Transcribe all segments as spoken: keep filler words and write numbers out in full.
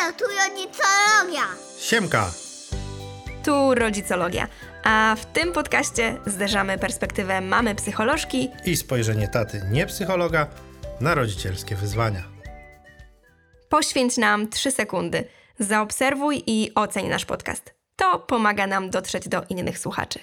Halo, tu rodzicologia. Siemka! Tu rodzicologia, a w tym podcaście zderzamy perspektywę mamy psycholożki I spojrzenie taty, nie psychologa, na rodzicielskie wyzwania. Poświęć nam trzy sekundy, zaobserwuj i oceń nasz podcast. To pomaga nam dotrzeć do innych słuchaczy.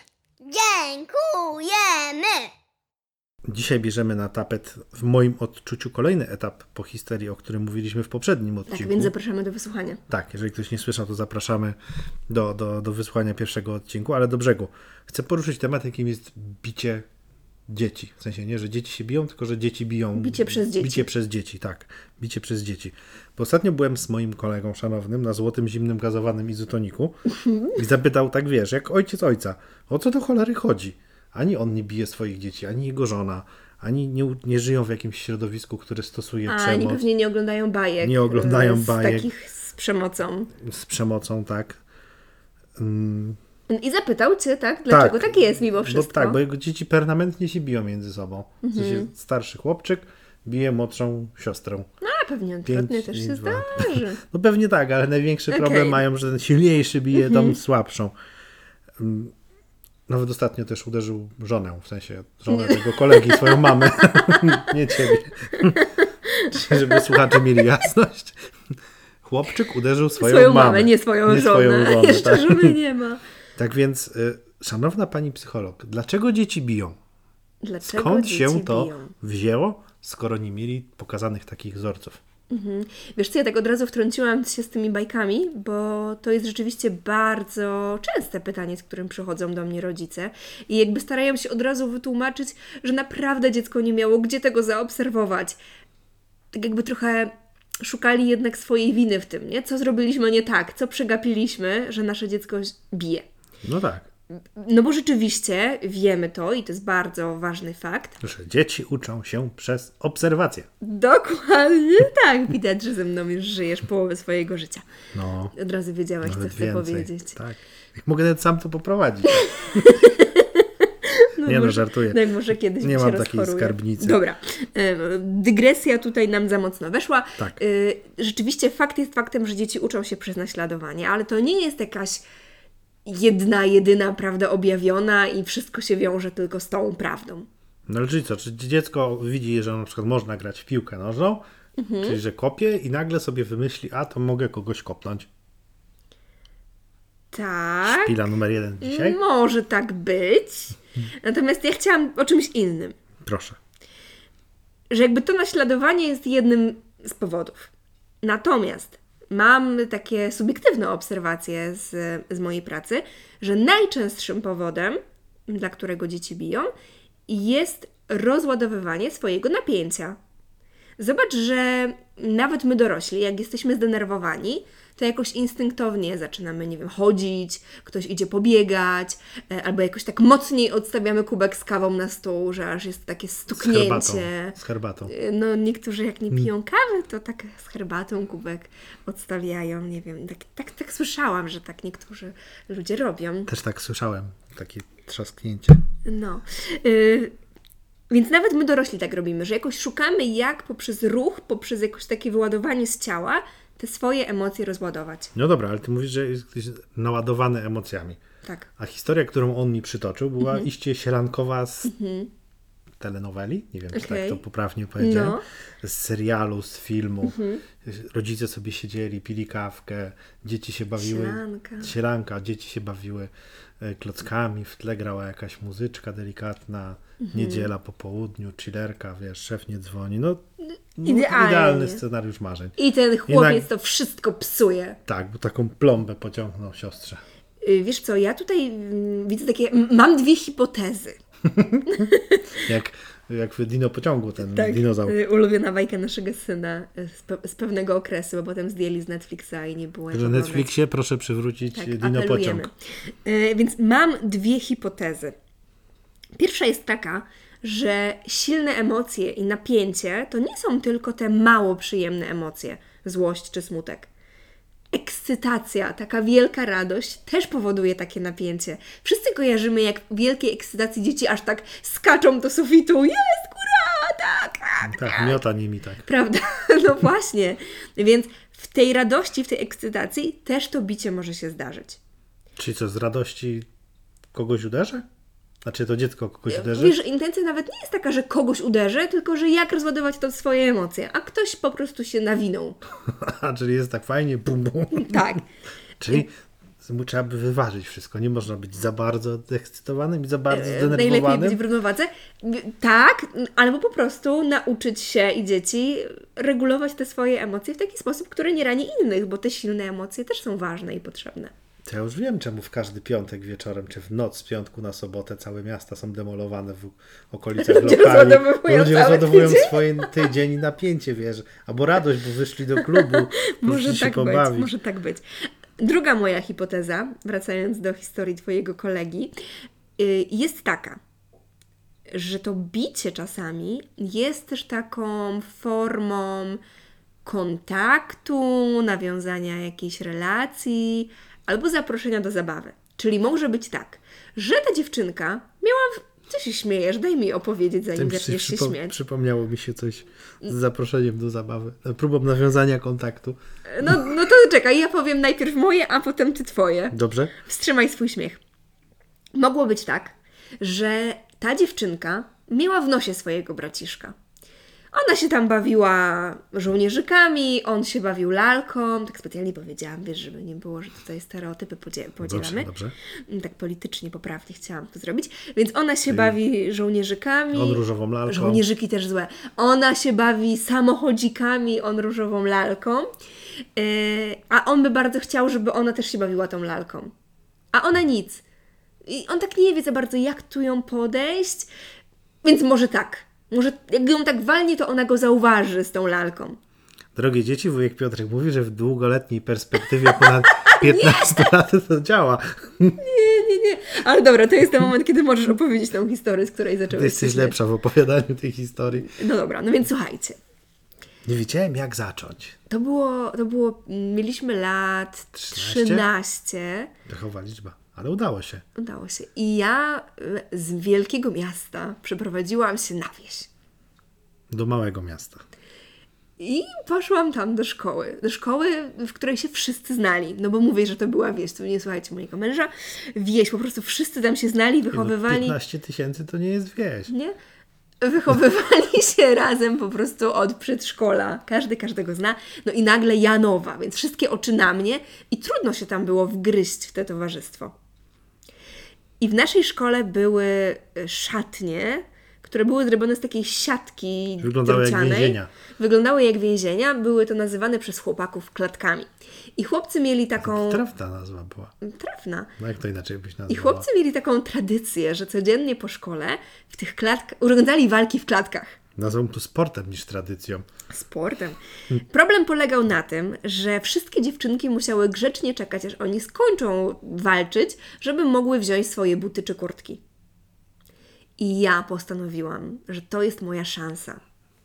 Dziękujemy. Dzisiaj bierzemy na tapet w moim odczuciu kolejny etap po historii, o którym mówiliśmy w poprzednim odcinku. Tak, więc zapraszamy do wysłuchania. Tak, jeżeli ktoś nie słyszał, to zapraszamy do, do, do wysłuchania pierwszego odcinku, ale do brzegu. Chcę poruszyć temat, jakim jest bicie dzieci. W sensie nie, że dzieci się biją, tylko że dzieci biją. Bicie przez dzieci. Bicie przez dzieci, tak. Bicie przez dzieci. Bo ostatnio byłem z moim kolegą szanownym na złotym, zimnym, gazowanym izotoniku i zapytał, tak wiesz, jak ojciec ojca, o co do cholery chodzi? Ani on nie bije swoich dzieci, ani jego żona, ani nie, nie żyją w jakimś środowisku, które stosuje A, przemoc. oni pewnie nie oglądają bajek. Nie oglądają z bajek. takich z przemocą. Z przemocą, tak. Um, I zapytał cię, tak? Dlaczego tak, tak jest mimo wszystko? Bo tak, bo jego dzieci permanentnie się biją między sobą. W sensie Mhm. starszy chłopczyk bije młodszą siostrę. No, a pewnie odwrotnie też się dwa. zdarzy. No pewnie tak, ale największy Okay. problem mają, że ten silniejszy bije Mhm. tą słabszą. Um, Nawet ostatnio też uderzył żonę, w sensie żonę tego kolegi, swoją mamę, nie ciebie. Czyli żeby słuchacze mieli jasność. Chłopczyk uderzył swoją, Swoją mamę, mamę, nie swoją nie żonę. Swoją żonę Jeszcze tak. żony nie ma. Tak więc, y, szanowna pani psycholog, dlaczego dzieci biją? Dlaczego Skąd dzieci się to biją? wzięło, skoro nie mieli pokazanych takich wzorców? Mhm. Wiesz co, ja tak od razu wtrąciłam się z tymi bajkami, bo to jest rzeczywiście bardzo częste pytanie, z którym przychodzą do mnie rodzice i jakby starają się od razu wytłumaczyć, że naprawdę dziecko nie miało gdzie tego zaobserwować. Tak jakby trochę szukali jednak swojej winy w tym, nie? Co zrobiliśmy nie tak, co przegapiliśmy, że nasze dziecko bije. No tak. No bo rzeczywiście wiemy to i to jest bardzo ważny fakt. Że dzieci uczą się przez obserwację. Dokładnie tak. Widać, że ze mną już żyjesz połowę swojego życia. No. Od razu wiedziałaś, co Nawet chcę więcej. powiedzieć. Tak. Mogę nawet sam to poprowadzić. No nie może, no, żartuję. No jak może kiedyś Nie się mam rozchoruję. takiej skarbnicy. Dobra. E, Dygresja tutaj nam za mocno weszła. Tak. E, Rzeczywiście fakt jest faktem, że dzieci uczą się przez naśladowanie, ale to nie jest jakaś jedna, jedyna prawda objawiona i wszystko się wiąże tylko z tą prawdą. No ale czyli co, czy dziecko widzi, że na przykład można grać w piłkę nożną, Mhm. czyli że kopie i nagle sobie wymyśli, a to mogę kogoś kopnąć. Tak. Szpila numer jeden dzisiaj? Może tak być. Natomiast ja chciałam o czymś innym. Proszę. Że jakby to naśladowanie jest jednym z powodów. Natomiast mam takie subiektywne obserwacje z, z mojej pracy, że najczęstszym powodem, dla którego dzieci biją, jest rozładowywanie swojego napięcia. Zobacz, że nawet my dorośli, jak jesteśmy zdenerwowani, to jakoś instynktownie zaczynamy, nie wiem, chodzić, ktoś idzie pobiegać, e, albo jakoś tak mocniej odstawiamy kubek z kawą na stół, że aż jest takie Z stuknięcie. herbatą. Z herbatą. E, No niektórzy jak nie piją kawy, to tak z herbatą kubek odstawiają, nie wiem, tak, tak, tak słyszałam, że tak niektórzy ludzie robią. Też tak słyszałem. Takie trzasknięcie. No. Y, Więc nawet my dorośli tak robimy, że jakoś szukamy jak poprzez ruch, poprzez jakoś takie wyładowanie z ciała te swoje emocje rozładować. No dobra, ale ty mówisz, że jesteś naładowany emocjami. Tak. A historia, którą on mi przytoczył, była Mhm. iście sielankowa z telenoweli. Nie wiem, czy Okej. tak to poprawnie powiedziałem. No. Z serialu, z filmu. Rodzice sobie siedzieli, pili kawkę, dzieci się bawiły. Sielanka. Sielanka, dzieci się bawiły e, klockami, w tle grała jakaś muzyczka delikatna, niedziela po południu, chillerka, wiesz, szef nie dzwoni. No, no Idealnie. idealny scenariusz marzeń. I ten chłopiec Jednak- to wszystko psuje. Tak, bo taką plombę pociągnął siostrze. Y, Wiesz co, ja tutaj mm, widzę takie, m- mam dwie hipotezy. Jak, jak w Dino pociągu ten dinozaur. y, ulubiona bajka naszego syna y, z, pe- z pewnego okresu, bo potem zdjęli z Netflixa i nie było jak Że oglądać. Netflixie proszę przywrócić Tak, Dino apelujemy. pociąg. Y, Więc mam dwie hipotezy. Pierwsza jest taka, że silne emocje i napięcie to nie są tylko te mało przyjemne emocje, złość czy smutek. Ekscytacja, taka wielka radość też powoduje takie napięcie. Wszyscy kojarzymy, jak w wielkiej ekscytacji dzieci aż tak skaczą do sufitu. Jest, góra, tak, tak, Tak, miota nimi tak. Prawda? No właśnie. Więc w tej radości, w tej ekscytacji też to bicie może się zdarzyć. Czyli co, z radości kogoś uderzy? Znaczy to dziecko kogoś uderzy? Wiesz, że intencja nawet nie jest taka, że kogoś uderzy, tylko że jak rozładować to swoje emocje, a ktoś po prostu się nawinął. A, czyli jest tak fajnie, bum, bum. Tak. Czyli trzeba by wyważyć wszystko. Nie można być za bardzo ekscytowanym i za bardzo Najlepiej zdenerwowanym. być w równowadze. Tak, albo po prostu nauczyć się i dzieci regulować te swoje emocje w taki sposób, który nie rani innych, bo te silne emocje też są ważne i potrzebne. To ja już wiem, czemu w każdy piątek wieczorem, czy w noc z piątku na sobotę całe miasta są demolowane w okolicach Ludzie lokali. rozładowują Bo ludzie cały rozładowują tydzień. swoje tydzień i napięcie, wiesz. Albo radość, bo wyszli do klubu, Może poszli się tak pobawić. być, może tak być. Druga moja hipoteza, wracając do historii Twojego kolegi, y, jest taka, że to bicie czasami jest też taką formą kontaktu, nawiązania jakiejś relacji albo zaproszenia do zabawy. Czyli może być tak, że ta dziewczynka miała... W... Co się śmiejesz? Daj mi opowiedzieć, zanim Tym zaczniesz się przypo- śmiać. Przypomniało mi się coś z zaproszeniem do zabawy. Próbą nawiązania kontaktu. No, no to czekaj, ja powiem najpierw moje, a potem Ty Twoje. Dobrze? Wstrzymaj swój śmiech. Mogło być tak, że ta dziewczynka miała w nosie swojego braciszka. Ona się tam bawiła żołnierzykami, on się bawił lalką. Tak specjalnie powiedziałam, wiesz, żeby nie było, że tutaj stereotypy podzie- podzielamy. Dobrze, dobrze. Tak politycznie, poprawnie chciałam to zrobić. Więc ona się bawi żołnierzykami. On różową lalką. Żołnierzyki też złe. Ona się bawi samochodzikami, on różową lalką. Yy, a on by bardzo chciał, żeby ona też się bawiła tą lalką. A ona nic. I on tak nie wie za bardzo, jak tu ją podejść. Więc może tak. Może jak ją tak walnie, to ona go zauważy z tą lalką. Drogie dzieci, wujek Piotrek mówi, że w długoletniej perspektywie ponad piętnaście lat to działa. Nie, nie, nie. Ale dobra, to jest ten moment, kiedy możesz opowiedzieć tą historię, z której Ty zaczęłeś jesteś się śmiać. lepsza w opowiadaniu tej historii. No dobra, no więc słuchajcie. Nie wiedziałem, jak zacząć. To było, to było, mieliśmy lat trzynaście? trzynaście. Trochę liczba, ale udało się. Udało się. I ja y, z wielkiego miasta przeprowadziłam się na wieś. Do małego miasta. I poszłam tam do szkoły. Do szkoły, w której się wszyscy znali. No bo mówię, że to była wieś. To nie słuchajcie mojego męża. Wieś, po prostu wszyscy tam się znali, wychowywali. piętnaście tysięcy to nie jest wieś. Nie? Wychowywali się razem po prostu od przedszkola. Każdy każdego zna. No i nagle ja nowa, więc wszystkie oczy na mnie i trudno się tam było wgryźć w te towarzystwo. I w naszej szkole były szatnie, które były zrobione z takiej siatki Wyglądały jak drewnianej. więzienia. Wyglądały jak więzienia. Były to nazywane przez chłopaków klatkami. I chłopcy mieli taką... Trafna nazwa była. Trafna. No jak to inaczej byś I nazwała? chłopcy mieli taką tradycję, że codziennie po szkole w tych klatkach urządzali walki w klatkach. Nazwą to sportem niż tradycją. Sportem. Problem polegał na tym, że wszystkie dziewczynki musiały grzecznie czekać, aż oni skończą walczyć, żeby mogły wziąć swoje buty czy kurtki. I ja postanowiłam, że to jest moja szansa.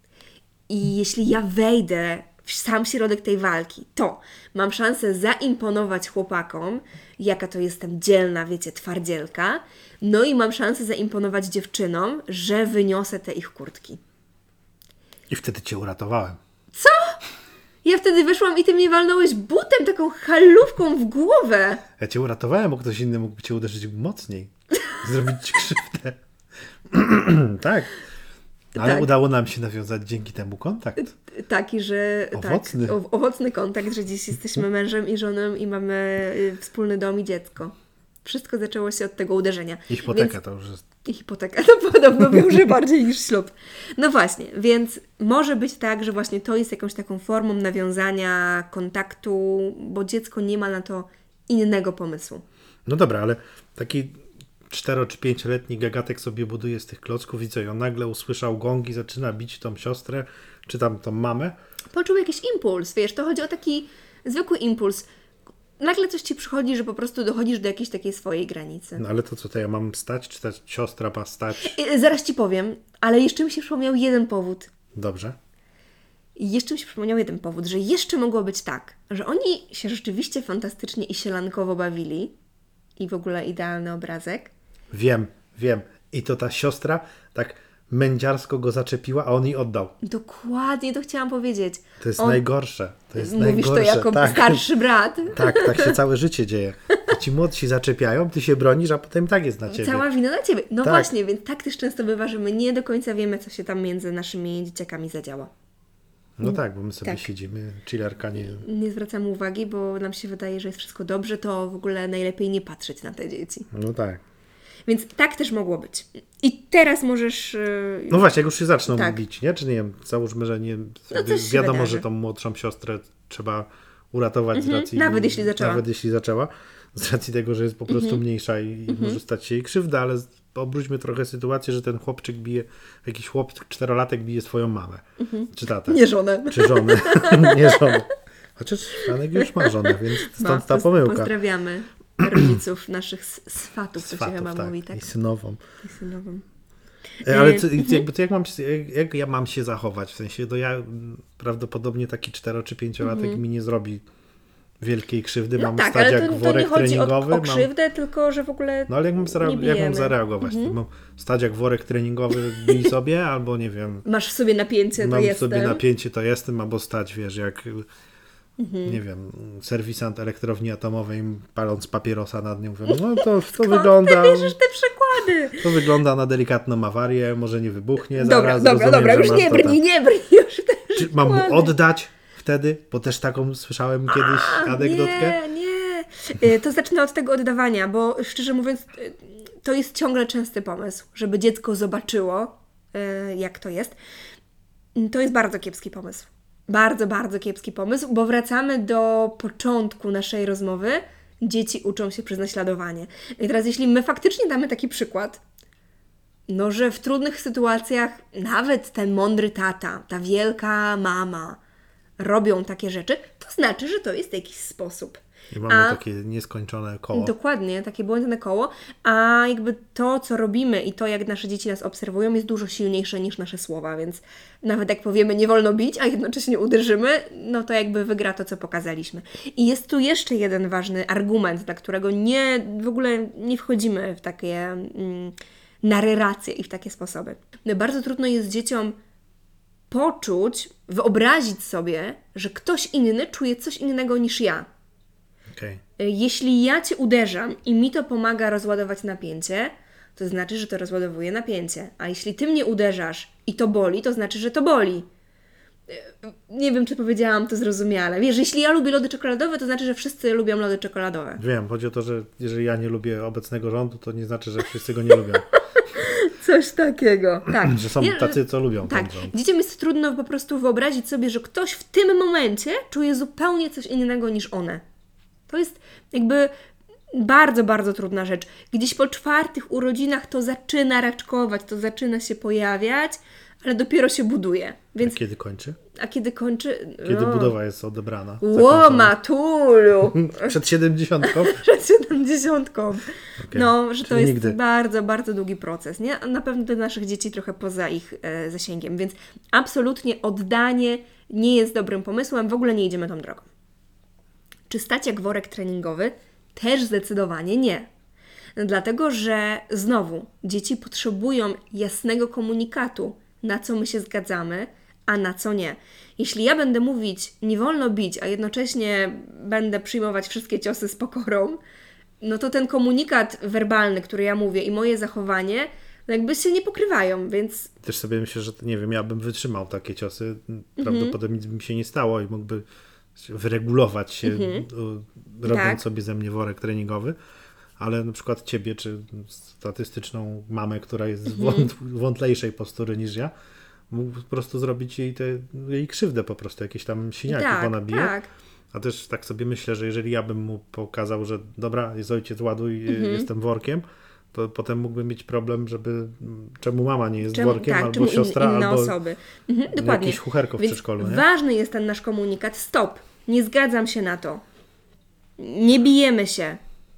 I jeśli ja wejdę w sam środek tej walki, to mam szansę zaimponować chłopakom, jaka to jestem dzielna, wiecie, twardzielka. No i mam szansę zaimponować dziewczynom, że wyniosę te ich kurtki. I wtedy cię uratowałem. Co? Ja wtedy wyszłam i ty mnie walnąłeś butem, taką halówką w głowę. Ja cię uratowałem, bo ktoś inny mógłby cię uderzyć mocniej. Zrobić ci krzywdę. tak. Ale Tak. udało nam się nawiązać dzięki temu kontakt. Taki, że... Owocny. Tak, o, owocny kontakt, że dziś jesteśmy mężem i żoną i mamy y, wspólny dom i dziecko. Wszystko zaczęło się od tego uderzenia. I hipoteka Więc... to już jest. I hipoteka to podobno wiąże bardziej niż ślub. No właśnie, więc może być tak, że właśnie to jest jakąś taką formą nawiązania kontaktu, bo dziecko nie ma na to innego pomysłu. No dobra, ale taki cztero czy pięcioletni gagatek sobie buduje z tych klocków i co? I on nagle usłyszał gongi, zaczyna bić tą siostrę, czy tam tą mamę. Poczuł jakiś impuls, wiesz, to chodzi o taki zwykły impuls. Nagle coś ci przychodzi, że po prostu dochodzisz do jakiejś takiej swojej granicy. No ale to co, to ja mam stać, czy ta siostra ma stać? I zaraz ci powiem, ale jeszcze mi się przypomniał jeden powód. Dobrze. I jeszcze mi się przypomniał jeden powód, że jeszcze mogło być tak, że oni się rzeczywiście fantastycznie i sielankowo bawili i w ogóle idealny obrazek. Wiem, wiem. I to ta siostra tak mędziarsko go zaczepiła, a on jej oddał. Dokładnie to chciałam powiedzieć. To jest On- najgorsze. To jest Mówisz najgorsze. to jako tak. starszy brat. Tak, tak się całe życie dzieje. To ci młodsi zaczepiają, ty się bronisz, a potem tak jest na ciebie. Cała wina na ciebie. No Tak. właśnie, więc tak też często bywa, że my nie do końca wiemy, co się tam między naszymi dzieciakami zadziała. No tak, bo my sobie Tak. siedzimy, chillerka nie... Nie zwracamy uwagi, bo nam się wydaje, że jest wszystko dobrze, to w ogóle najlepiej nie patrzeć na te dzieci. No tak. Więc tak też mogło być. I teraz możesz... yy, No właśnie, jak już się zaczną Tak. bić, nie? Czy nie wiem, załóżmy, że nie... coś się wiadomo, wydarzy. że tą młodszą siostrę trzeba uratować z racji... Nawet jeśli zaczęła. Nawet jeśli zaczęła. Z racji tego, że jest po prostu mniejsza i, i może stać się jej krzywda, ale z- obróćmy trochę sytuację, że ten chłopczyk bije, jakiś chłop, czterolatek bije swoją mamę. Czy tatę. Nie żonę. Czy żonę. Nie żonę. Chociaż Franek już ma żonę, więc stąd ta Poz- pomyłka. Pozdrawiamy rodziców naszych s- swatów, to się Swatów, chyba tak. mówi, tak? I synową. I synową. E, Ale E, co, jakby to jak, mam, się- jak, jak ja mam się zachować? W sensie, to ja mm, prawdopodobnie taki cztero czy pięciolatek mi nie zrobi wielkiej krzywdy. No mam tak, stać ale jak to, to worek nie chodzi o, treningowy. o mam... krzywdę, tylko że w ogóle No ale jak mam, nie zare... jak mam bijemy. zareagować? To mam stać jak worek treningowy, bij sobie, albo nie wiem, masz w sobie napięcie, to mam jestem. sobie napięcie, to jestem, albo stać, wiesz, jak nie wiem, serwisant elektrowni atomowej paląc papierosa nad nią. Mówię, no to, to wygląda... Bierzesz te przykłady. To wygląda na delikatną awarię, może nie wybuchnie Dobra, zaraz. dobra, rozumiem, dobra, że już masz nie to tak. brnij, nie brnij już te Czy mam mu przykłady. oddać wtedy? Bo też taką słyszałem kiedyś A, anegdotkę. Nie, nie. Y, To zacznę od tego oddawania, bo szczerze mówiąc, y, to jest ciągle częsty pomysł, żeby dziecko zobaczyło, y, jak to jest. Y, To jest bardzo kiepski pomysł. Bardzo, bardzo kiepski pomysł, bo wracamy do początku naszej rozmowy. Dzieci uczą się przez naśladowanie. I teraz, jeśli my faktycznie damy taki przykład, no, że w trudnych sytuacjach nawet ten mądry tata, ta wielka mama robią takie rzeczy, to znaczy, że to jest jakiś sposób. I mamy A- takie nieskończone koło. Dokładnie, takie błędne koło, a jakby to, co robimy i to, jak nasze dzieci nas obserwują, jest dużo silniejsze niż nasze słowa, więc nawet jak powiemy nie wolno bić, a jednocześnie uderzymy, no to jakby wygra to, co pokazaliśmy. I jest tu jeszcze jeden ważny argument, dla którego nie, w ogóle nie wchodzimy w takie mm, narracje i w takie sposoby. No, bardzo trudno jest dzieciom poczuć, wyobrazić sobie, że ktoś inny czuje coś innego niż ja. Okej. Jeśli ja Cię uderzam i mi to pomaga rozładować napięcie, to znaczy, że to rozładowuje napięcie. A jeśli Ty mnie uderzasz i to boli, to znaczy, że to boli. Nie wiem, czy powiedziałam to zrozumiale. Wiesz, jeśli ja lubię lody czekoladowe, to znaczy, że wszyscy lubią lody czekoladowe. Wiem, chodzi o to, że jeżeli ja nie lubię obecnego rządu, to nie znaczy, że wszyscy go nie lubią. Coś takiego. Tak. Że są Ja- tacy, co lubią Tak. ten rząd. Dzieciom jest trudno po prostu wyobrazić sobie, że ktoś w tym momencie czuje zupełnie coś innego niż one. To jest jakby bardzo, bardzo trudna rzecz. Gdzieś po czwartych urodzinach to zaczyna raczkować, to zaczyna się pojawiać, ale dopiero się buduje. Więc, A kiedy kończy? a kiedy kończy... Kiedy no. budowa jest odebrana? Ło, zakończona? matulu! Przed siedemdziesiątką? Przed siedemdziesiątką. Okej. No, że to Czyli jest nigdy. bardzo, bardzo długi proces, nie? A na pewno dla naszych dzieci trochę poza ich e, zasięgiem, więc absolutnie oddanie nie jest dobrym pomysłem, w ogóle nie idziemy tą drogą. Czy stać jak worek treningowy? Też zdecydowanie nie. Dlatego, że znowu dzieci potrzebują jasnego komunikatu, na co my się zgadzamy, a na co nie. Jeśli ja będę mówić, nie wolno bić, a jednocześnie będę przyjmować wszystkie ciosy z pokorą, no to ten komunikat werbalny, który ja mówię i moje zachowanie, no jakby się nie pokrywają, więc Też sobie myślę, że nie wiem, ja bym wytrzymał takie ciosy. Mhm. Prawdopodobnie nic by mi się nie stało i mógłby wyregulować się, o, robiąc Tak. sobie ze mnie worek treningowy. Ale na przykład ciebie, czy statystyczną mamę, która jest z Mhm. wąt, wątlejszej postury niż ja, mógł po prostu zrobić jej, te, jej krzywdę po prostu, jakieś tam siniaki tak, ponabije. tak. A też tak sobie myślę, że jeżeli ja bym mu pokazał, że dobra, jest ojciec, ładuj, Mhm. jestem workiem, to potem mógłbym mieć problem, żeby czemu mama nie jest Czemu- workiem, tak, albo czemu in- siostra, inne albo osoby. Mhm, dokładnie. jakieś chucherko w Więc przedszkolu, nie? ważny jest ten nasz komunikat. Stop, nie zgadzam się na to. Nie bijemy się.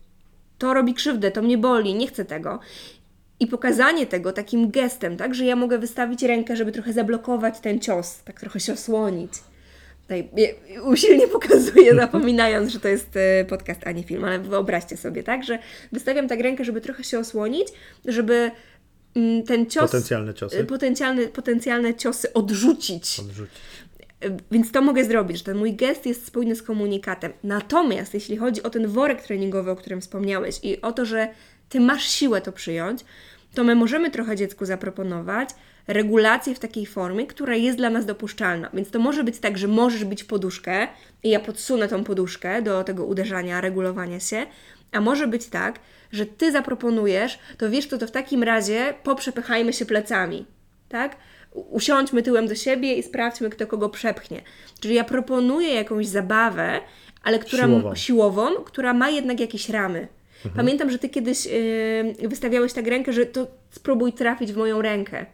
To robi krzywdę, to mnie boli, nie chcę tego. I pokazanie tego takim gestem, tak, że ja mogę wystawić rękę, żeby trochę zablokować ten cios, tak trochę się osłonić. Tutaj je- usilnie pokazuję, zapominając, że to jest e, podcast, a nie film, ale wyobraźcie sobie, tak, że wystawiam tak rękę, żeby trochę się osłonić, żeby mm, ten cios... Potencjalne ciosy. Potencjalne, potencjalne ciosy odrzucić. Odrzucić. Więc to mogę zrobić, że ten mój gest jest spójny z komunikatem. Natomiast jeśli chodzi o ten worek treningowy, o którym wspomniałeś i o to, że Ty masz siłę to przyjąć, to my możemy trochę dziecku zaproponować regulację w takiej formie, która jest dla nas dopuszczalna. Więc to może być tak, że możesz bić w poduszkę i ja podsunę tą poduszkę do tego uderzania, regulowania się, a może być tak, że Ty zaproponujesz, to wiesz co, to w takim razie poprzepychajmy się plecami, tak? Usiądźmy tyłem do siebie i sprawdźmy, kto kogo przepchnie. Czyli ja proponuję jakąś zabawę, ale która Siłową. siłową, która ma jednak jakieś ramy. Mhm. Pamiętam, że Ty kiedyś yy, wystawiałeś tak rękę, że to spróbuj trafić w moją rękę.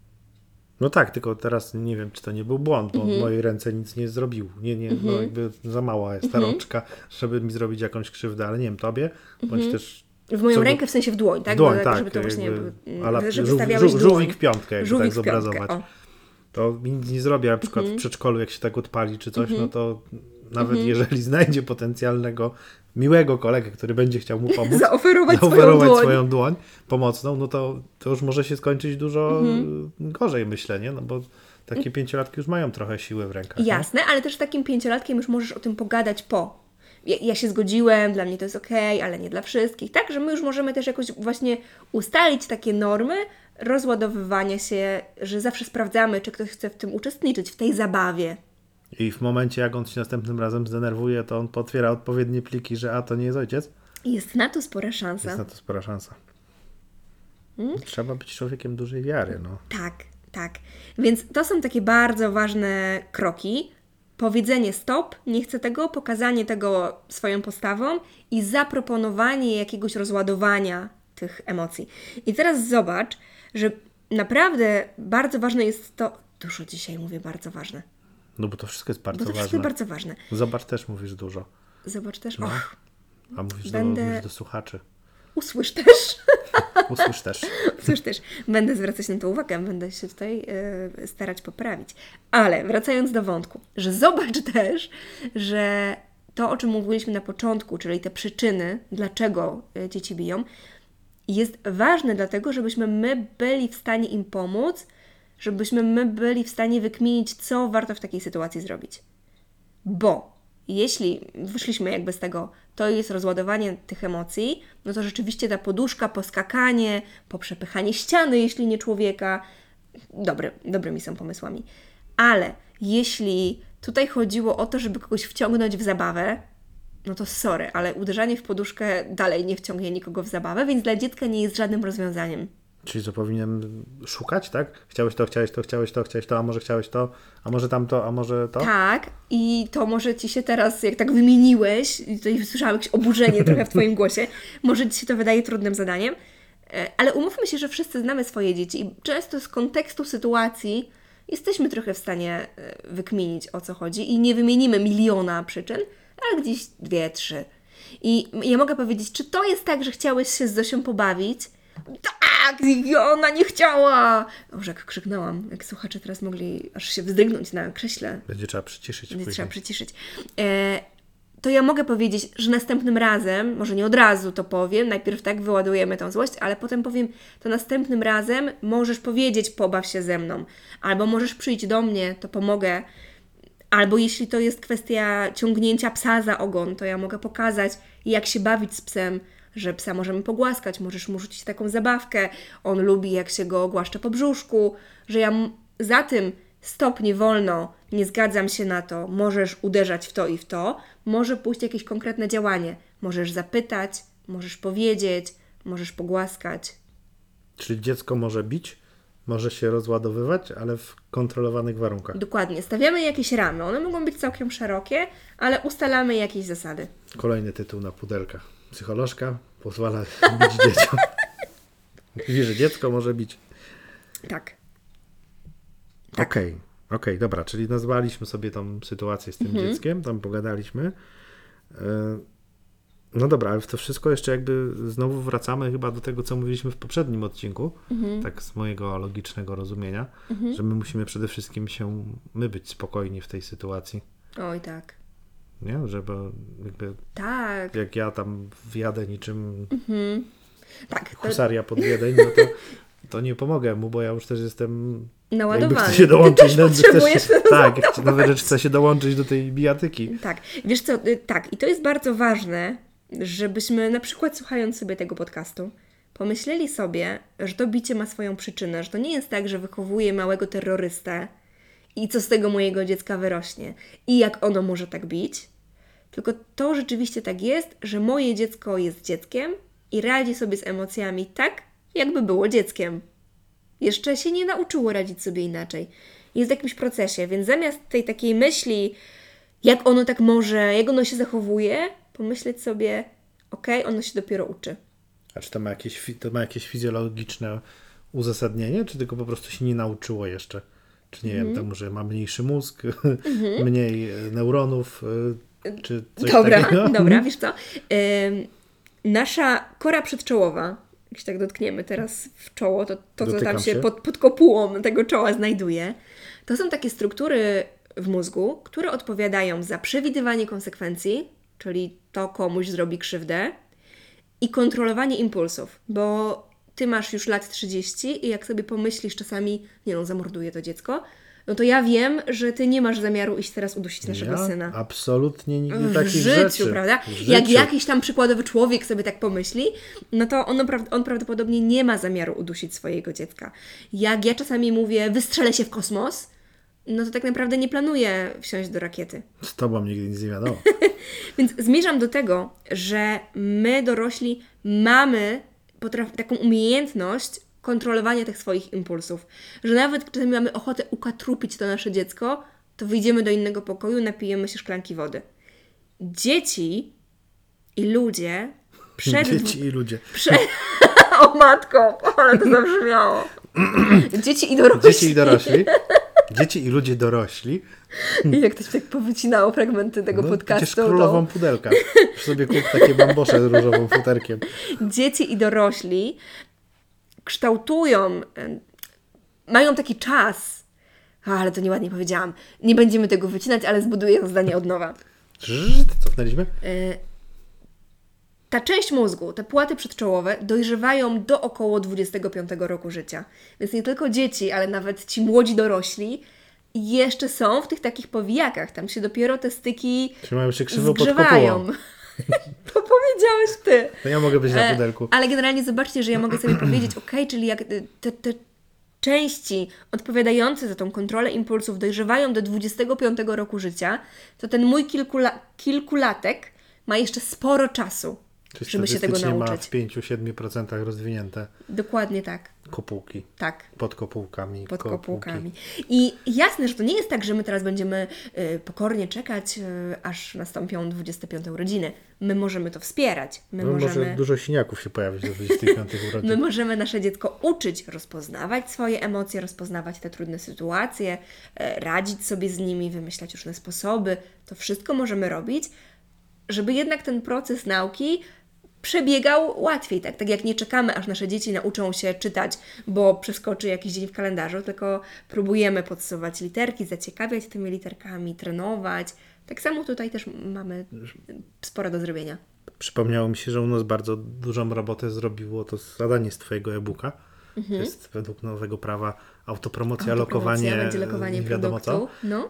No tak, tylko teraz nie wiem, czy to nie był błąd, bo Mhm. w mojej ręce nic nie zrobił. Nie, nie, Mhm. no jakby za mała jest ta Mhm. rączka, żeby mi zrobić jakąś krzywdę, ale nie wiem, tobie, bądź Mhm. też... W moją co do- rękę, w sensie w dłoń, tak? W dłoń, Bo, tak, żeby to właśnie, jakby, mm, ala że żół- wystawiałeś żół- dłoń. żółwik w piątkę, jakby Żółwik tak w piątkę, zobrazować. o. To mi nic nie zrobię, na przykład Mhm. w przedszkolu, jak się tak odpali czy coś, Mhm. no to nawet Mhm. jeżeli znajdzie potencjalnego, miłego kolegę, który będzie chciał mu pomóc, Zaoferować, zaoferować swoją dłoń. swoją dłoń pomocną, no to, to już może się skończyć dużo Mhm. gorzej, myślę, nie? No bo takie pięciolatki już mają trochę siły w rękach. nie? Jasne, ale też z takim pięciolatkiem już możesz o tym pogadać po. Ja, ja się zgodziłem, dla mnie to jest okej, ale nie dla wszystkich. Tak, że my już możemy też jakoś właśnie ustalić takie normy rozładowywania się, że zawsze sprawdzamy, czy ktoś chce w tym uczestniczyć, w tej zabawie. I w momencie, jak on się następnym razem zdenerwuje, to on potwiera odpowiednie pliki, że a, to nie jest ojciec. Jest na to spora szansa. Jest na to spora szansa. Hmm? Trzeba być człowiekiem dużej wiary, no. Tak, tak. Więc to są takie bardzo ważne kroki. Powiedzenie stop, nie chcę tego, pokazanie tego swoją postawą i zaproponowanie jakiegoś rozładowania tych emocji. I teraz zobacz, że naprawdę bardzo ważne jest to, dużo dzisiaj mówię bardzo ważne, No bo to wszystko jest bo bardzo to wszystko ważne. jest bardzo ważne. Zobacz, też mówisz dużo. Zobacz też, No. och, A mówisz, Będę- do, mówisz do słuchaczy. usłysz też. Usłysz też. Cóż też, będę zwracać na to uwagę, będę się tutaj y, starać poprawić. Ale wracając do wątku, że zobacz też, że to, o czym mówiliśmy na początku, czyli te przyczyny, dlaczego y, dzieci biją, jest ważne dlatego, żebyśmy my byli w stanie im pomóc, żebyśmy my byli w stanie wykminić, co warto w takiej sytuacji zrobić. Bo jeśli wyszliśmy jakby z tego, to jest rozładowanie tych emocji, no to rzeczywiście ta poduszka, poskakanie, poprzepychanie ściany, jeśli nie człowieka, dobre, dobrymi są pomysłami. Ale jeśli tutaj chodziło o to, żeby kogoś wciągnąć w zabawę, no to sorry, ale uderzanie w poduszkę dalej nie wciągnie nikogo w zabawę, więc dla dziecka nie jest żadnym rozwiązaniem. Czyli co, powinienem szukać, tak? Chciałeś to, chciałeś to, chciałeś to, chciałeś to, a może chciałeś to, a może tamto, a może to? Tak, i to może Ci się teraz, jak tak wymieniłeś, i tutaj słyszałam jakieś oburzenie trochę w Twoim głosie, może Ci się to wydaje trudnym zadaniem, e, ale umówmy się, że wszyscy znamy swoje dzieci i często z kontekstu sytuacji jesteśmy trochę w stanie e, wykminić, o co chodzi i nie wymienimy miliona przyczyn, ale gdzieś dwie, trzy. I ja mogę powiedzieć, czy to jest tak, że chciałeś się z Zosią pobawić? Tak, i ona nie chciała! Boże, jak krzyknęłam, jak słuchacze teraz mogli aż się wzdrygnąć na krześle. Będzie trzeba przyciszyć Będzie później. trzeba przyciszyć. E, to ja mogę powiedzieć, że następnym razem, może nie od razu to powiem, najpierw tak wyładujemy tą złość, ale potem powiem, to następnym razem możesz powiedzieć, pobaw się ze mną, albo możesz przyjść do mnie, to pomogę, albo jeśli to jest kwestia ciągnięcia psa za ogon, to ja mogę pokazać, jak się bawić z psem, że psa możemy pogłaskać, możesz mu rzucić taką zabawkę, on lubi, jak się go głaszcze po brzuszku, że ja m- za tym stop, nie wolno, nie zgadzam się na to, możesz uderzać w to i w to, może pójść jakieś konkretne działanie. Możesz zapytać, możesz powiedzieć, możesz pogłaskać. Czyli dziecko może bić, może się rozładowywać, ale w kontrolowanych warunkach. Dokładnie, stawiamy jakieś ramy, one mogą być całkiem szerokie, ale ustalamy jakieś zasady. Kolejny tytuł na pudelkach. Psycholożka pozwala bić dzieciom. Mówi, że dziecko może bić. Tak. Tak. Okej, okej, dobra, czyli nazwaliśmy sobie tą sytuację z tym Mhm. dzieckiem, tam pogadaliśmy. E, No dobra, ale w to wszystko jeszcze jakby znowu wracamy chyba do tego, co mówiliśmy w poprzednim odcinku, Mhm. tak z mojego logicznego rozumienia, Mhm. że my musimy przede wszystkim się, my być spokojni w tej sytuacji, Oj, tak. nie? Żeby jakby, Tak. jak ja tam wjadę niczym Mhm. Tak. To, husaria pod Wiedeń, no to, to nie pomogę mu, bo ja już też jestem... Naładowany. Jakby chcę się dołączyć. Ty też potrzebujesz też, tak, nowe rzeczy chcę się dołączyć do tej bijatyki. Tak, wiesz co, y, tak, i to jest bardzo ważne, żebyśmy na przykład słuchając sobie tego podcastu, pomyśleli sobie, że to bicie ma swoją przyczynę, że to nie jest tak, że wychowuję małego terrorystę i co z tego mojego dziecka wyrośnie i jak ono może tak bić, tylko to rzeczywiście tak jest, że moje dziecko jest dzieckiem i radzi sobie z emocjami tak, jakby było dzieckiem. Jeszcze się nie nauczyło radzić sobie inaczej. Jest w jakimś procesie, więc zamiast tej takiej myśli, jak ono tak może, jak ono się zachowuje, pomyśleć sobie, okej, okay, ono się dopiero uczy. A czy to ma jakieś, to ma jakieś fizjologiczne uzasadnienie, czy tylko po prostu się nie nauczyło jeszcze? Czy nie mm. wiem, to może ma mniejszy mózg, mm-hmm. mniej neuronów, czy coś dobra, takiego? Dobra, wiesz co? Yy, nasza kora przedczołowa, jak się tak dotkniemy teraz w czoło, to, to co tam się, się. Pod, pod kopułą tego czoła znajduje, to są takie struktury w mózgu, które odpowiadają za przewidywanie konsekwencji, czyli to komuś zrobi krzywdę, i kontrolowanie impulsów, bo ty masz już lat trzydzieści i jak sobie pomyślisz czasami, nie no, zamorduję to dziecko, no to ja wiem, że ty nie masz zamiaru iść teraz udusić naszego ja syna. Absolutnie nigdy w takich życiu, rzeczy. Prawda? W życiu. Jak jakiś tam przykładowy człowiek sobie tak pomyśli, no to on, on prawdopodobnie nie ma zamiaru udusić swojego dziecka. Jak ja czasami mówię, wystrzelę się w kosmos, no to tak naprawdę nie planuję wsiąść do rakiety. Z tobą nigdy nic nie wiadomo. Więc zmierzam do tego, że my dorośli mamy potraf- taką umiejętność kontrolowania tych swoich impulsów. Że nawet czasami mamy ochotę ukatrupić to nasze dziecko, to wyjdziemy do innego pokoju, napijemy się szklanki wody. Dzieci i ludzie przed... Dzieci i ludzie. Prze... o matko, ale to zabrzmiało. Dzieci i dorośli. Dzieci i dorośli. Dzieci i ludzie dorośli. I jak to się tak powycinało fragmenty tego no, podcastu. Przecież królową to... pudelka. Już sobie kup takie bambosze z różowym futerkiem. Dzieci i dorośli kształtują, mają taki czas, ale to nieładnie powiedziałam, nie będziemy tego wycinać, ale zbuduję to zdanie od nowa. Cofnęliśmy? Ta część mózgu, te płaty przedczołowe dojrzewają do około dwudziestego piątego roku życia. Więc nie tylko dzieci, ale nawet ci młodzi dorośli jeszcze są w tych takich powijakach. Tam się dopiero te styki trzymają się krzywo zgrzewają. pod To powiedziałeś ty. To ja mogę być na pudelku. E, ale generalnie zobaczcie, że ja mogę sobie powiedzieć, ok, czyli jak te, te części odpowiadające za tą kontrolę impulsów dojrzewają do dwudziestego piątego roku życia, to ten mój kilkula- kilkulatek ma jeszcze sporo czasu, Czyli żeby się tego nauczyć. ma w pięć do siedmiu procent rozwinięte Dokładnie tak. kopułki. Tak. Pod kopułkami. Pod kopułki. kopułkami. I jasne, że to nie jest tak, że my teraz będziemy y, pokornie czekać, y, aż nastąpią dwudzieste piąte urodziny. My możemy to wspierać. My no, możemy... Może dużo siniaków się pojawić do dwudziestych piątych urodzin. My możemy nasze dziecko uczyć rozpoznawać swoje emocje, rozpoznawać te trudne sytuacje, y, radzić sobie z nimi, wymyślać różne sposoby. To wszystko możemy robić, żeby jednak ten proces nauki przebiegał łatwiej, tak? Tak jak nie czekamy, aż nasze dzieci nauczą się czytać, bo przeskoczy jakiś dzień w kalendarzu, tylko próbujemy podsuwać literki, zaciekawiać tymi literkami, trenować. Tak samo tutaj też mamy sporo do zrobienia. Przypomniało mi się, że u nas bardzo dużą robotę zrobiło to zadanie z Twojego e-booka. Mhm. To jest według nowego prawa autopromocja, Autopromocja lokowanie, będzie lokowanie nie wiadomo produktu. co. No.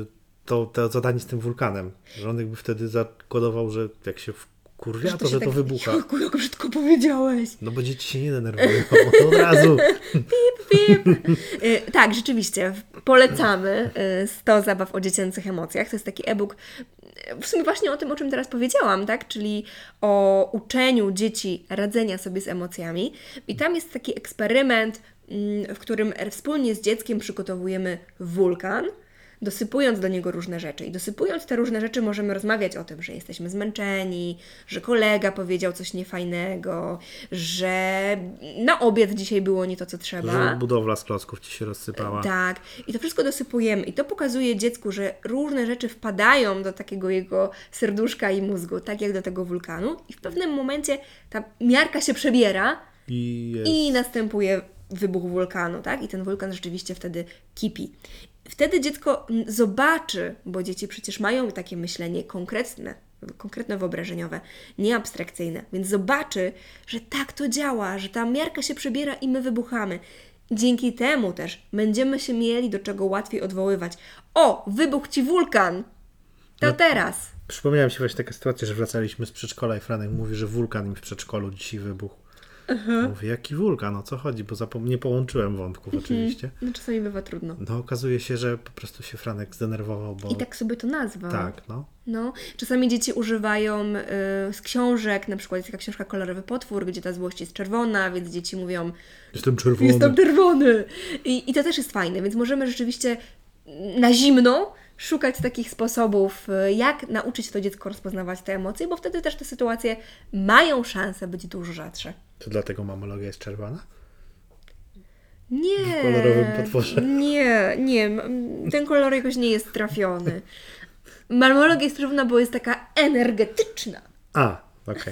To, to zadanie z tym wulkanem, że on jakby wtedy zakodował, że jak się kurwia, że to, to, że tak... to wybucha. Jaku, jak brzydko powiedziałeś. No bo dzieci się nie denerwują od razu. Pip, pip. y, tak, rzeczywiście. Polecamy y, sto zabaw o dziecięcych emocjach. To jest taki e-book w sumie właśnie o tym, o czym teraz powiedziałam, tak? Czyli o uczeniu dzieci radzenia sobie z emocjami. I tam jest taki eksperyment, y, w którym wspólnie z dzieckiem przygotowujemy wulkan, dosypując do niego różne rzeczy. I dosypując te różne rzeczy możemy rozmawiać o tym, że jesteśmy zmęczeni, że kolega powiedział coś niefajnego, że na obiad dzisiaj było nie to, co trzeba. Że budowla z klocków Ci się rozsypała. Tak. I to wszystko dosypujemy. I to pokazuje dziecku, że różne rzeczy wpadają do takiego jego serduszka i mózgu, tak jak do tego wulkanu. I w pewnym momencie ta miarka się przebiera i, jest... i następuje wybuch wulkanu, tak? I ten wulkan rzeczywiście wtedy kipi. wtedy dziecko zobaczy, bo dzieci przecież mają takie myślenie konkretne, konkretne wyobrażeniowe, nie abstrakcyjne, więc zobaczy, że tak to działa, że ta miarka się przebiera i my wybuchamy. Dzięki temu też będziemy się mieli do czego łatwiej odwoływać. O, wybuchł Ci wulkan! To No. teraz! Przypomniała mi się właśnie taka sytuacja, że wracaliśmy z przedszkola i Franek mówi, że wulkan mi w przedszkolu dzisiaj wybuchł. Uh-huh. Mówię, jaki wulkan? O co chodzi? Bo zapom- nie połączyłem wątków uh-huh. oczywiście. No czasami bywa trudno. No okazuje się, że po prostu się Franek zdenerwował, bo... I tak sobie to nazwał. Tak, no. No, czasami dzieci używają y, z książek, na przykład jest taka książka Kolorowy potwór, gdzie ta złość jest czerwona, więc dzieci mówią Jestem czerwony. Jestem czerwony! I, I to też jest fajne, więc możemy rzeczywiście na zimno szukać takich sposobów, y, jak nauczyć to dziecko rozpoznawać te emocje, bo wtedy też te sytuacje mają szansę być dużo rzadsze. To dlatego mamologia jest czerwona? Nie. W kolorowym potworze. Nie, nie. m- Ten kolor jakoś nie jest trafiony. Marmologia jest czerwona, bo jest taka energetyczna. A, okej.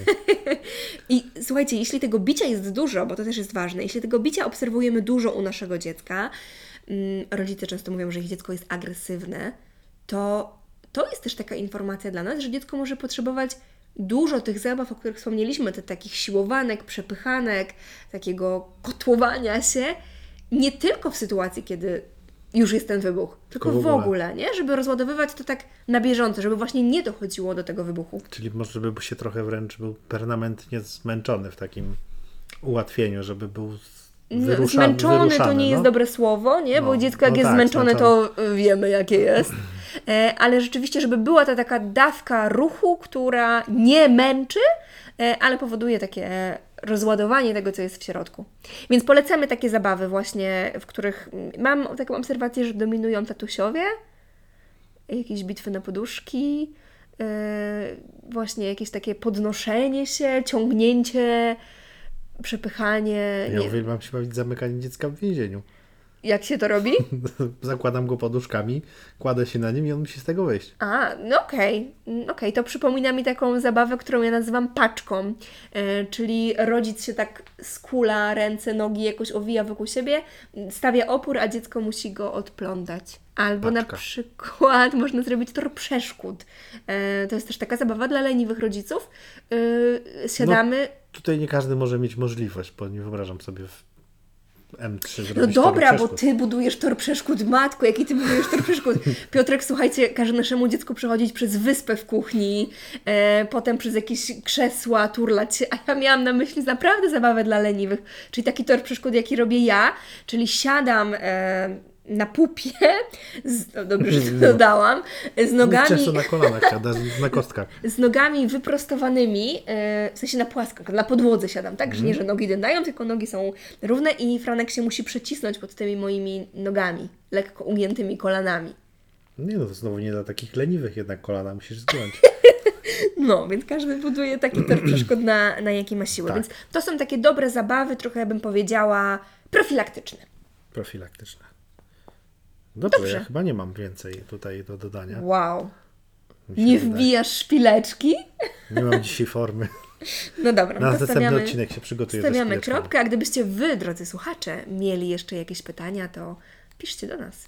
I słuchajcie, jeśli tego bicia jest dużo, bo to też jest ważne, jeśli tego bicia obserwujemy dużo u naszego dziecka, mm, rodzice często mówią, że ich dziecko jest agresywne, to to jest też taka informacja dla nas, że dziecko może potrzebować dużo tych zabaw, o których wspomnieliśmy, te takich siłowanek, przepychanek, takiego kotłowania się, nie tylko w sytuacji, kiedy już jest ten wybuch, tylko w w ogóle. ogóle, nie? Żeby rozładowywać to tak na bieżąco, żeby właśnie nie dochodziło do tego wybuchu. Czyli może by się trochę wręcz był permanentnie zmęczony w takim ułatwieniu, żeby był wyruszany. Zmęczony wyruszany, to nie no. jest dobre słowo, nie? Bo No, dziecko jak no jest tak, zmęczone, zmęczone. to wiemy jakie jest. E, ale rzeczywiście, żeby była ta taka dawka ruchu, która nie męczy, e, ale powoduje takie rozładowanie tego, co jest w środku. Więc polecamy takie zabawy właśnie, w których mam taką obserwację, że dominują tatusiowie, jakieś bitwy na poduszki, e, właśnie jakieś takie podnoszenie się, ciągnięcie, przepychanie. Ja Nie. uwielbiam się bawić zamykanie dziecka w więzieniu. Jak się to robi? Zakładam go poduszkami, kładę się na nim i on musi z tego wyjść. A, no okej, okay. okej, to przypomina mi taką zabawę, którą ja nazywam paczką, e, czyli rodzic się tak skula, ręce, nogi jakoś owija wokół siebie, stawia opór, a dziecko musi go odplątać. Albo Paczka. na przykład można zrobić tor przeszkód. E, to jest też taka zabawa dla leniwych rodziców. E, siadamy... Tutaj nie każdy może mieć możliwość, bo nie wyobrażam sobie w em trzy No zrobić dobra, tego bo przeszkód. Ty budujesz tor przeszkód, matko, jaki Ty budujesz tor przeszkód. Piotrek, słuchajcie, każe naszemu dziecku przechodzić przez wyspę w kuchni, e, potem przez jakieś krzesła, turlać się, a ja miałam na myśli naprawdę zabawę dla leniwych, czyli taki tor przeszkód, jaki robię ja, czyli siadam e, na pupie, z, no dobrze, że to dodałam, z nogami... Często na kolanach siada, na kostkach. z nogami wyprostowanymi, e, w sensie na płasko, na podłodze siadam, tak? Że nie, że nogi dędają, tylko nogi są równe i Franek się musi przecisnąć pod tymi moimi nogami, lekko ugiętymi kolanami. Nie no, to znowu nie dla takich leniwych jednak kolana, musisz zgiąć. No, więc każdy buduje taki tor przeszkód na, na jaki ma siłę. Tak. Więc to są takie dobre zabawy, trochę bym powiedziała profilaktyczne. Profilaktyczne. Dobrze, Dobrze. ja chyba nie mam więcej tutaj do dodania. Wow. Mi się Nie wydaje. wbijasz szpileczki? Nie mam dzisiaj formy. No dobra, Na to następny stawiamy, odcinek się przygotuję ze stawiamy szpileczkami. kropkę, a gdybyście Wy, drodzy słuchacze, mieli jeszcze jakieś pytania, to piszcie do nas.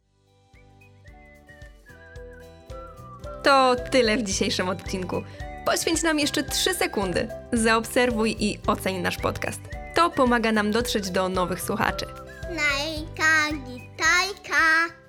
To tyle w dzisiejszym odcinku. Poświęć nam jeszcze trzy sekundy. Zaobserwuj i oceń nasz podcast. To pomaga nam dotrzeć do nowych słuchaczy. Najka, gitajka.